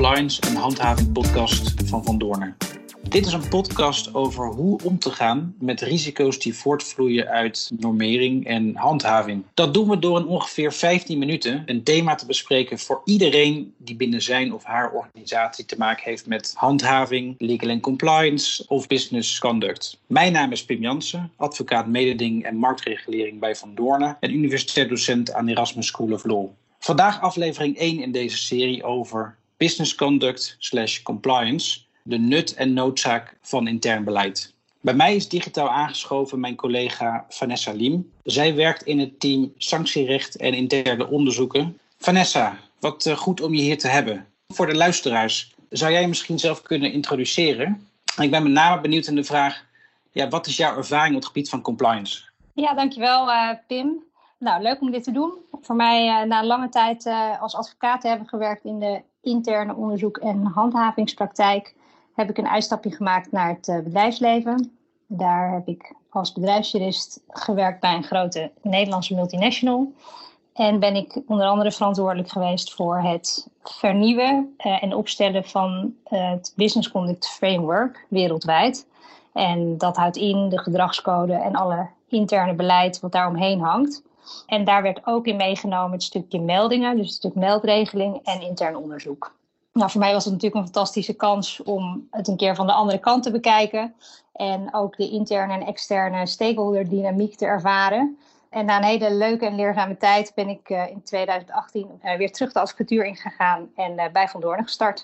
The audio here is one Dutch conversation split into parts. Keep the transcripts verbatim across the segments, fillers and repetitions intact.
compliance en handhaving podcast van Van Doornen. Dit is een podcast over hoe om te gaan met risico's die voortvloeien uit normering en handhaving. Dat doen we door in ongeveer vijftien minuten een thema te bespreken voor iedereen die binnen zijn of haar organisatie te maken heeft met handhaving, legal and compliance of business conduct. Mijn naam is Pim Jansen, advocaat mededinging en marktregulering bij Van Doornen en universitair docent aan de Erasmus School of Law. Vandaag aflevering één in deze serie over business conduct slash compliance, de nut en noodzaak van intern beleid. Bij mij is digitaal aangeschoven mijn collega Vanessa Liem. Zij werkt in het team sanctierecht en interne onderzoeken. Vanessa, wat uh, goed om je hier te hebben. Voor de luisteraars, zou jij je misschien zelf kunnen introduceren? Ik ben met name benieuwd in de vraag, ja, wat is jouw ervaring op het gebied van compliance? Ja, dankjewel uh, Pim. Nou, leuk om dit te doen. Voor mij uh, na een lange tijd uh, als advocaat te hebben gewerkt in de interne onderzoek en handhavingspraktijk, heb ik een uitstapje gemaakt naar het uh, bedrijfsleven. Daar heb ik als bedrijfsjurist gewerkt bij een grote Nederlandse multinational. En ben ik onder andere verantwoordelijk geweest voor het vernieuwen uh, en opstellen van uh, het Business Conduct Framework wereldwijd. En dat houdt in de gedragscode en alle interne beleid wat daaromheen hangt. En daar werd ook in meegenomen het stukje meldingen, dus het stuk meldregeling en intern onderzoek. Nou, voor mij was het natuurlijk een fantastische kans om het een keer van de andere kant te bekijken. En ook de interne en externe stakeholder dynamiek te ervaren. En na een hele leuke en leerzame tijd ben ik uh, in twintig achttien uh, weer terug de advocatuur ingegaan en uh, bij Van Doornen gestart.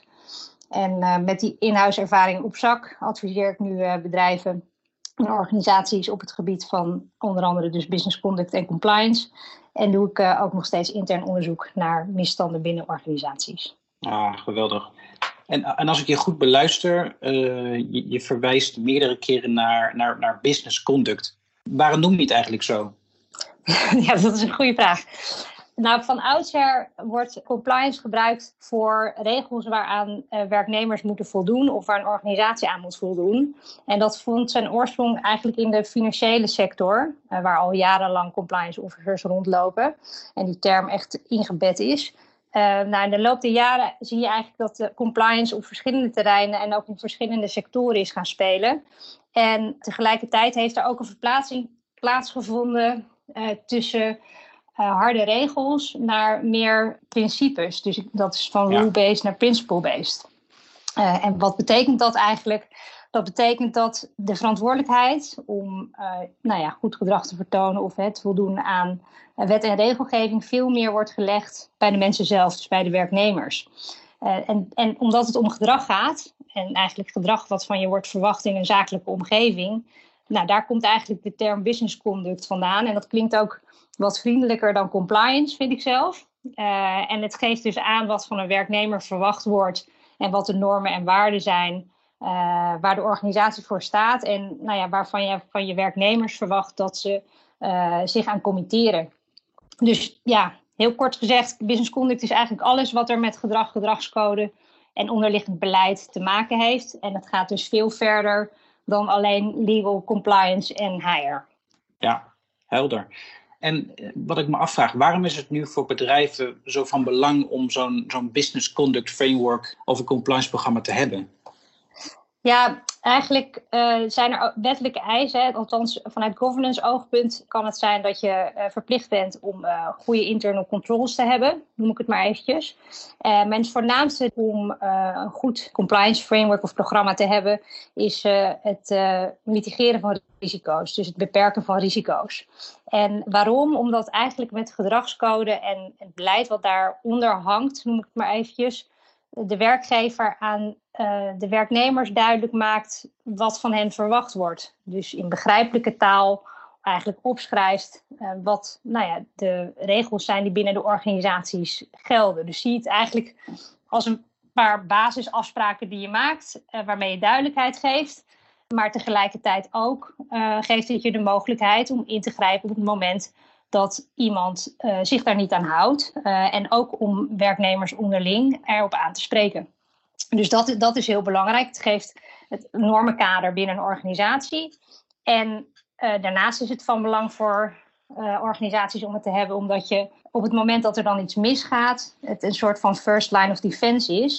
En uh, met die in-house ervaring op zak adviseer ik nu uh, bedrijven en organisaties op het gebied van onder andere dus business conduct en compliance. En doe ik uh, ook nog steeds intern onderzoek naar misstanden binnen organisaties. Ah, geweldig. En, en als ik je goed beluister, uh, je, je verwijst meerdere keren naar, naar, naar business conduct. Waarom noem je het eigenlijk zo? Ja, dat is een goede vraag. Nou, van oudsher wordt compliance gebruikt voor regels waaraan uh, werknemers moeten voldoen of waar een organisatie aan moet voldoen. En dat vond zijn oorsprong eigenlijk in de financiële sector, uh, waar al jarenlang compliance officers rondlopen en die term echt ingebed is. Uh, nou, in de loop der jaren zie je eigenlijk dat de compliance op verschillende terreinen en ook in verschillende sectoren is gaan spelen. En tegelijkertijd heeft er ook een verplaatsing plaatsgevonden uh, tussen Uh, harde regels naar meer principes. Dus dat is van ja. rule-based naar principle-based. Uh, en wat betekent dat eigenlijk? Dat betekent dat de verantwoordelijkheid om uh, nou ja, goed gedrag te vertonen of het voldoen aan uh, wet en regelgeving veel meer wordt gelegd bij de mensen zelf, dus bij de werknemers. Uh, en, en omdat het om gedrag gaat, en eigenlijk gedrag wat van je wordt verwacht in een zakelijke omgeving, nou, daar komt eigenlijk de term business conduct vandaan. En dat klinkt ook wat vriendelijker dan compliance, vind ik zelf. Uh, en het geeft dus aan wat van een werknemer verwacht wordt en wat de normen en waarden zijn, uh, waar de organisatie voor staat en nou ja, waarvan je van je werknemers verwacht dat ze uh, zich aan committeren. Dus ja, heel kort gezegd, business conduct is eigenlijk alles wat er met gedrag, gedragscode en onderliggend beleid te maken heeft. En het gaat dus veel verder dan alleen legal, compliance en H R. Ja, helder. En wat ik me afvraag, waarom is het nu voor bedrijven zo van belang om zo'n, zo'n business conduct framework of een compliance programma te hebben? Ja, eigenlijk uh, zijn er wettelijke eisen. Hè. Althans, vanuit governance oogpunt kan het zijn dat je uh, verplicht bent om uh, goede internal controls te hebben. Noem ik het maar eventjes. Uh, maar het voornaamste om uh, een goed compliance framework of programma te hebben, is uh, het uh, mitigeren van risico's. Dus het beperken van risico's. En waarom? Omdat eigenlijk met gedragscode en het beleid wat daaronder hangt, noem ik het maar eventjes, de werkgever aan uh, de werknemers duidelijk maakt wat van hen verwacht wordt. Dus in begrijpelijke taal eigenlijk opschrijft uh, wat nou ja, de regels zijn die binnen de organisaties gelden. Dus zie het eigenlijk als een paar basisafspraken die je maakt, uh, waarmee je duidelijkheid geeft. Maar tegelijkertijd ook uh, geeft het je de mogelijkheid om in te grijpen op het moment dat iemand uh, zich daar niet aan houdt. Uh, en ook om werknemers onderling erop aan te spreken. Dus dat, dat is heel belangrijk. Het geeft het normenkader binnen een organisatie. En uh, daarnaast is het van belang voor uh, organisaties om het te hebben, omdat je op het moment dat er dan iets misgaat, het een soort van first line of defense is.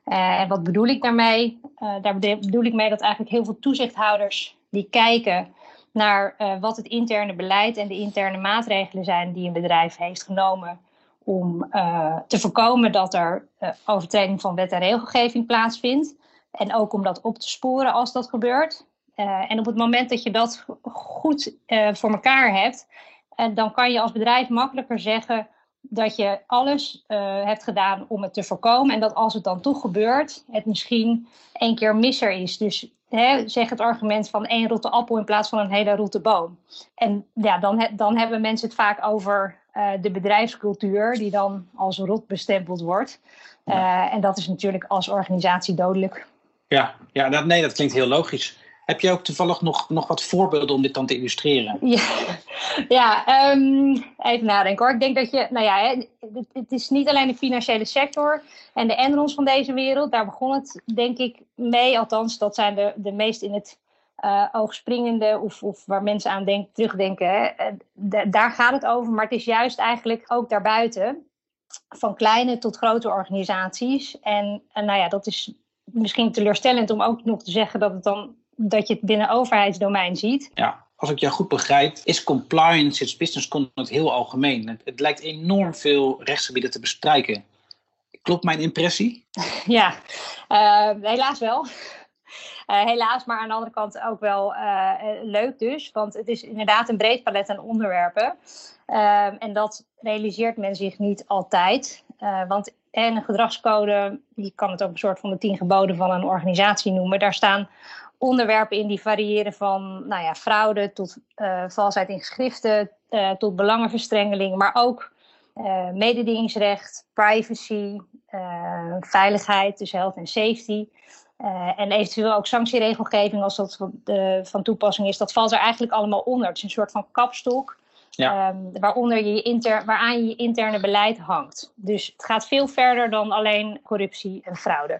Uh, en wat bedoel ik daarmee? Uh, daar bedoel ik mee dat eigenlijk heel veel toezichthouders die kijken naar uh, wat het interne beleid en de interne maatregelen zijn die een bedrijf heeft genomen om uh, te voorkomen dat er uh, overtreding van wet en regelgeving plaatsvindt. En ook om dat op te sporen als dat gebeurt. Uh, en op het moment dat je dat goed uh, voor elkaar hebt, uh, dan kan je als bedrijf makkelijker zeggen dat je alles uh, hebt gedaan om het te voorkomen. En dat als het dan toch gebeurt, het misschien één keer misser is. Dus hè, zeg het argument van één rotte appel in plaats van een hele rotte boom. En ja, dan, he, dan hebben mensen het vaak over uh, de bedrijfscultuur die dan als rot bestempeld wordt. Uh, ja. En dat is natuurlijk als organisatie dodelijk. Ja, ja dat, nee, dat klinkt heel logisch. Heb je ook toevallig nog, nog wat voorbeelden om dit dan te illustreren? Ja, ja um, even nadenken hoor. Ik denk dat je, nou ja, het, het is niet alleen de financiële sector en de Enrons van deze wereld. Daar begon het denk ik mee. Althans, dat zijn de, de meest in het uh, oog springende of, of waar mensen aan denk, terugdenken. Hè. De, daar gaat het over, maar het is juist eigenlijk ook daarbuiten. Van kleine tot grote organisaties. En, en nou ja, dat is misschien teleurstellend om ook nog te zeggen dat het dan dat je het binnen overheidsdomein ziet. Ja, als ik jou goed begrijp, is compliance, it's business conduct heel algemeen. Het, het lijkt enorm veel rechtsgebieden te bestrijken. Klopt mijn impressie? Ja, uh, helaas wel. Uh, helaas, maar aan de andere kant ook wel uh, leuk dus. Want het is inderdaad een breed palet aan onderwerpen. Uh, en dat realiseert men zich niet altijd. Uh, want en een gedragscode, je kan het ook een soort van de tien geboden van een organisatie noemen. Daar staan onderwerpen in die variëren van nou ja, fraude tot uh, valsheid in geschriften, uh, tot belangenverstrengeling, maar ook uh, mededingingsrecht, privacy, uh, veiligheid, dus health en safety. Uh, en eventueel ook sanctieregelgeving als dat van, uh, van toepassing is. Dat valt er eigenlijk allemaal onder. Het is een soort van kapstok. Ja. Um, waaronder je inter, waaraan je je interne beleid hangt. Dus het gaat veel verder dan alleen corruptie en fraude.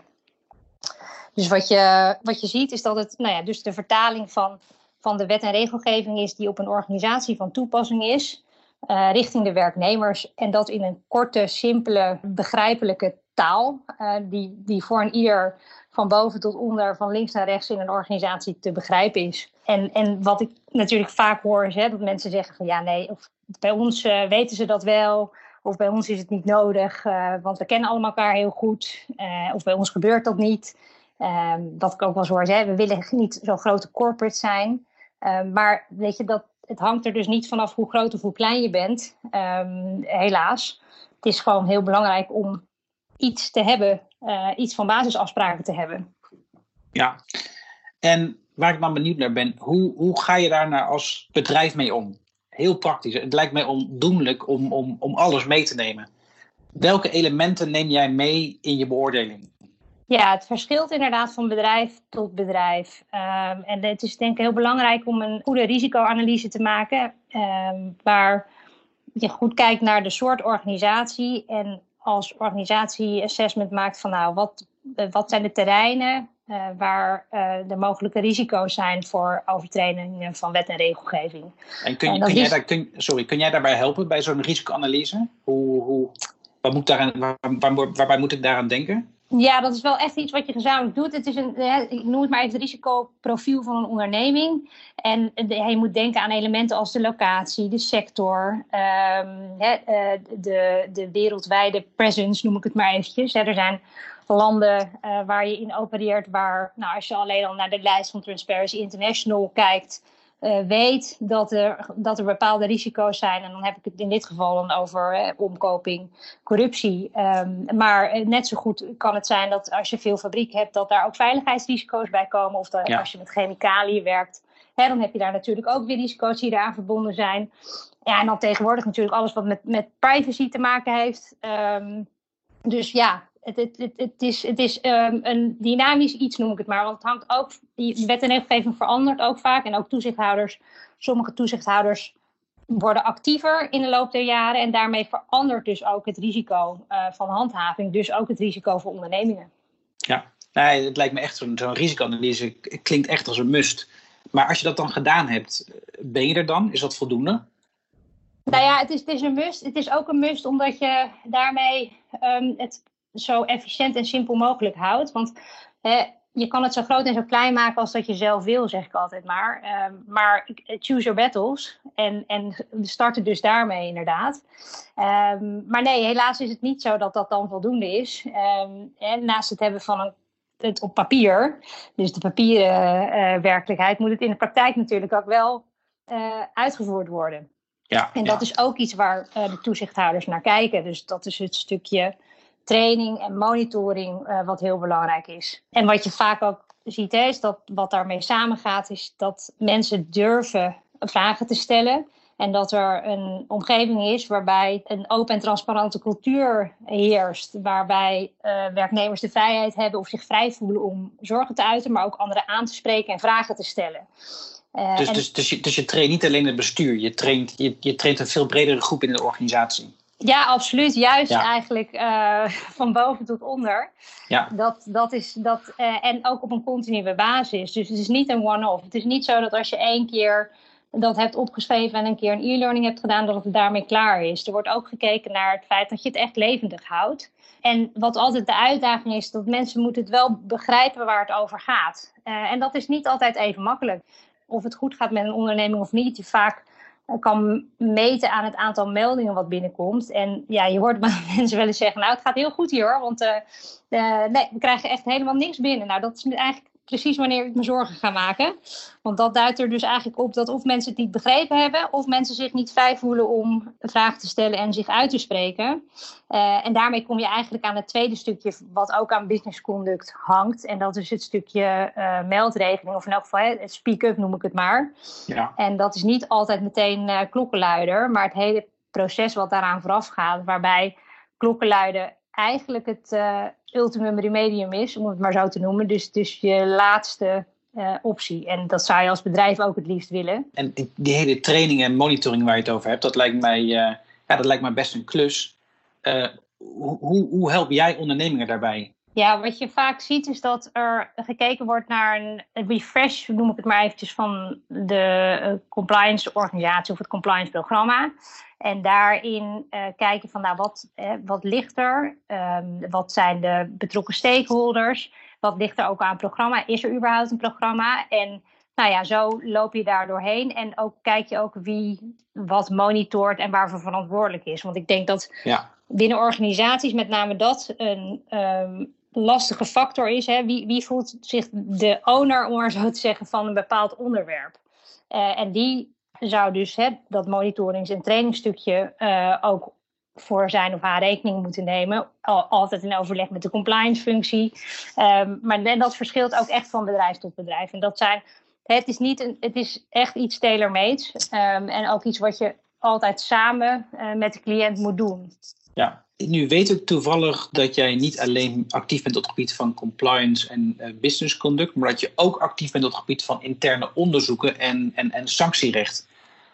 Dus wat je, wat je ziet is dat het, nou ja, dus de vertaling van, van de wet en regelgeving is die op een organisatie van toepassing is, uh, richting de werknemers. En dat in een korte, simpele, begrijpelijke taal, uh, die, die voor een ieder van boven tot onder, van links naar rechts in een organisatie te begrijpen is. En, en wat ik natuurlijk vaak hoor is hè, dat mensen zeggen van ja nee, of bij ons uh, weten ze dat wel. Of bij ons is het niet nodig, uh, want we kennen allemaal elkaar heel goed. Uh, of bij ons gebeurt dat niet. Um, wat ik ook wel eens hoor, hè, we willen niet zo'n grote corporate zijn. Um, maar weet je, dat, het hangt er dus niet vanaf hoe groot of hoe klein je bent. Um, helaas. Het is gewoon heel belangrijk om iets te hebben, uh, iets van basisafspraken te hebben. Ja, en waar ik dan benieuwd naar ben, hoe, hoe ga je daar nou als bedrijf mee om? Heel praktisch. Het lijkt mij ondoenlijk om, om, om alles mee te nemen. Welke elementen neem jij mee in je beoordeling? Ja, het verschilt inderdaad van bedrijf tot bedrijf. Um, en het is denk ik heel belangrijk om een goede risicoanalyse te maken. Um, waar je goed kijkt naar de soort organisatie. En als organisatie assessment maakt van nou, wat, wat zijn de terreinen uh, waar uh, de mogelijke risico's zijn voor overtredingen van wet en regelgeving. En kun, en kun, is... jij daar, kun, sorry, kun jij daarbij helpen bij zo'n risicoanalyse? Hoe, hoe, wat moet daaraan, waar, waar, waarbij moet ik daaraan denken? Ja, dat is wel echt iets wat je gezamenlijk doet. Het is een, ik noem het maar even het risicoprofiel van een onderneming. En je moet denken aan elementen als de locatie, de sector, um, de, de wereldwijde presence, noem ik het maar eventjes. Er zijn landen uh, waar je in opereert, waar, nou, als je alleen al naar de lijst van Transparency International kijkt, Uh, weet dat er, dat er bepaalde risico's zijn. En dan heb ik het in dit geval dan over eh, omkoping, corruptie. Um, maar uh, net zo goed kan het zijn dat als je veel fabriek hebt, dat daar ook veiligheidsrisico's bij komen. Of dat, ja. Als je met chemicaliën werkt, hè, dan heb je daar natuurlijk ook weer risico's die eraan verbonden zijn. Ja, en dan tegenwoordig natuurlijk alles wat met, met privacy te maken heeft. Um, dus ja, Het, het, het, het is, het is um, een dynamisch iets, noem ik het maar. Want het hangt ook, de wet en regelgeving verandert ook vaak. En ook toezichthouders, sommige toezichthouders worden actiever in de loop der jaren. En daarmee verandert dus ook het risico uh, van handhaving. Dus ook het risico voor ondernemingen. Ja, nee, het lijkt me echt zo'n, zo'n risicoanalyse. Klinkt echt als een must. Maar als je dat dan gedaan hebt, ben je er dan? Is dat voldoende? Nou ja, het is, het is een must. Het is ook een must omdat je daarmee um, het... zo efficiënt en simpel mogelijk houdt. Want hè, je kan het zo groot en zo klein maken als dat je zelf wil, zeg ik altijd maar. Uh, maar choose your battles. En, en we starten dus daarmee inderdaad. Um, maar nee, helaas is het niet zo dat dat dan voldoende is. Um, en naast het hebben van een, het op papier, dus de papieren uh, werkelijkheid, moet het in de praktijk natuurlijk ook wel uh, uitgevoerd worden. Ja, en dat ja. is ook iets waar uh, de toezichthouders naar kijken. Dus dat is het stukje training en monitoring uh, wat heel belangrijk is. En wat je vaak ook ziet, hè, is dat wat daarmee samengaat, is dat mensen durven vragen te stellen. En dat er een omgeving is waarbij een open en transparante cultuur heerst. Waarbij uh, werknemers de vrijheid hebben of zich vrij voelen om zorgen te uiten, maar ook anderen aan te spreken en vragen te stellen. Uh, dus, en... dus, dus, je, dus je traint niet alleen het bestuur, je traint, je, je traint een veel bredere groep in de organisatie. Ja, absoluut. Juist ja. eigenlijk uh, van boven tot onder. Ja. Dat, dat is dat, uh, en ook op een continue basis. Dus het is niet een one-off. Het is niet zo dat als je één keer dat hebt opgeschreven en een keer een e-learning hebt gedaan, dat het daarmee klaar is. Er wordt ook gekeken naar het feit dat je het echt levendig houdt. En wat altijd de uitdaging is, dat mensen moeten het wel begrijpen waar het over gaat. Uh, en dat is niet altijd even makkelijk. Of het goed gaat met een onderneming of niet. Je vaak kan meten aan het aantal meldingen wat binnenkomt. En ja, je hoort mensen wel eens zeggen, nou, het gaat heel goed hier hoor. Want uh, uh, nee, we krijgen echt helemaal niks binnen. Nou, dat is eigenlijk precies wanneer ik me zorgen ga maken. Want dat duidt er dus eigenlijk op dat of mensen het niet begrepen hebben, of mensen zich niet vrij voelen om vragen te stellen en zich uit te spreken. Uh, en daarmee kom je eigenlijk aan het tweede stukje wat ook aan business conduct hangt. En dat is het stukje uh, meldregeling, of in elk geval hè, het speak-up noem ik het maar. Ja. En dat is niet altijd meteen uh, klokkenluider, maar het hele proces wat daaraan vooraf gaat, waarbij klokkenluiden eigenlijk het uh, ultimum remedium is, om het maar zo te noemen. Dus, dus je laatste uh, optie. En dat zou je als bedrijf ook het liefst willen. En die, die hele training en monitoring waar je het over hebt, dat lijkt mij, uh, ja, dat lijkt mij best een klus. Uh, hoe, hoe help jij ondernemingen daarbij? Ja, wat je vaak ziet is dat er gekeken wordt naar een, een refresh, noem ik het maar eventjes, van de uh, compliance organisatie of het compliance programma. En daarin uh, kijken van, nou, wat, eh, wat ligt er? Um, wat zijn de betrokken stakeholders? Wat ligt er ook aan het programma? Is er überhaupt een programma? En nou ja, zo loop je daar doorheen. En ook kijk je ook wie wat monitort en waarvoor verantwoordelijk is. Want ik denk dat ja. binnen organisaties met name dat een um, lastige factor is. Hè? Wie, wie voelt zich de owner, om maar zo te zeggen, van een bepaald onderwerp? Uh, en die zou dus hè, dat monitorings- en trainingsstukje uh, ook voor zijn of haar rekening moeten nemen. Al, altijd in overleg met de compliance functie. Um, maar en dat verschilt ook echt van bedrijf tot bedrijf. En dat zijn, het is, niet een, het is echt iets tailor-made. Um, en ook iets wat je altijd samen uh, met de cliënt moet doen. Ja. Nu weet ik toevallig dat jij niet alleen actief bent op het gebied van compliance en uh, business conduct, maar dat je ook actief bent op het gebied van interne onderzoeken en, en, en sanctierecht.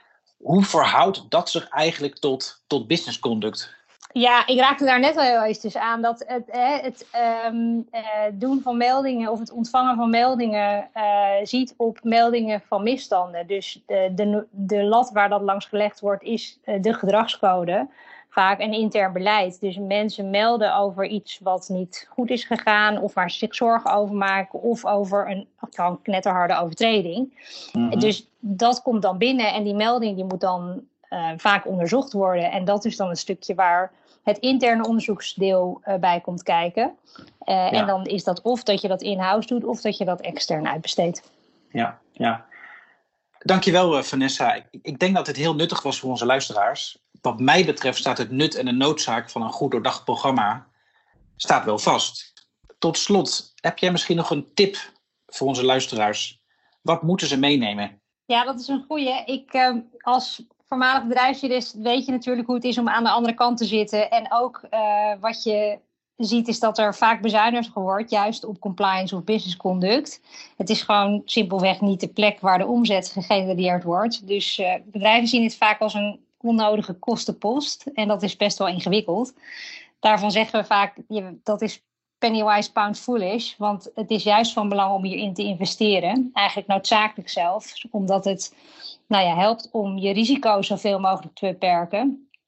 Hoe verhoudt dat zich eigenlijk tot, tot business conduct? Ja, ik raakte daar net al heel eventjes aan dat het, hè, het um, uh, doen van meldingen of het ontvangen van meldingen uh, ziet op meldingen van misstanden. Dus de, de, de lat waar dat langs gelegd wordt is uh, de gedragscode. Vaak een intern beleid. Dus mensen melden over iets wat niet goed is gegaan, of waar ze zich zorgen over maken, of over een gewoon knetterharde overtreding. Mm-hmm. Dus dat komt dan binnen en die melding die moet dan uh, vaak onderzocht worden. En dat is dan een stukje waar het interne onderzoeksdeel uh, bij komt kijken. Uh, ja. En dan is dat of dat je dat in-house doet, of dat je dat extern uitbesteedt. Ja, ja. Dankjewel uh, Vanessa. Ik, ik denk dat het heel nuttig was voor onze luisteraars. Wat mij betreft staat het nut en de noodzaak van een goed doordacht programma staat wel vast. Tot slot, heb jij misschien nog een tip voor onze luisteraars? Wat moeten ze meenemen? Ja, dat is een goeie. Ik uh, als voormalig bedrijfsjurist weet je natuurlijk hoe het is om aan de andere kant te zitten. En ook uh, wat je ziet is dat er vaak bezuinigd wordt, juist op compliance of business conduct. Het is gewoon simpelweg niet de plek waar de omzet gegenereerd wordt. Dus uh, bedrijven zien het vaak als een onnodige kostenpost. En dat is best wel ingewikkeld. Daarvan zeggen we vaak, je, dat is pennywise pound foolish. Want het is juist van belang om hierin te investeren. Eigenlijk noodzakelijk zelfs. Omdat het nou ja, helpt om je risico zoveel mogelijk te beperken.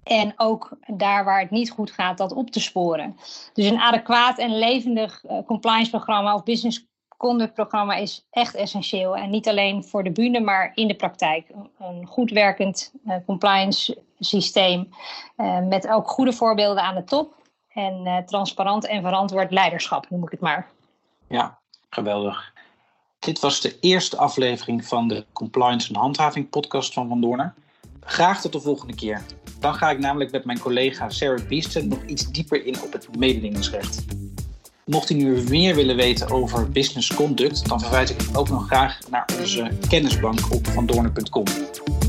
En ook daar waar het niet goed gaat, dat op te sporen. Dus een adequaat en levendig uh, compliance programma of business conduct programma is echt essentieel. En niet alleen voor de bühne, maar in de praktijk. Een goed werkend uh, compliance systeem uh, met ook goede voorbeelden aan de top. En uh, transparant en verantwoord leiderschap, noem ik het maar. Ja, geweldig. Dit was de eerste aflevering van de Compliance en Handhaving podcast van Van Doornen. Graag tot de volgende keer. Dan ga ik namelijk met mijn collega Sarah Beesten nog iets dieper in op het mededingingsrecht. Mocht u nu meer willen weten over business conduct, dan verwijs ik ook nog graag naar onze kennisbank op vandoornen punt com.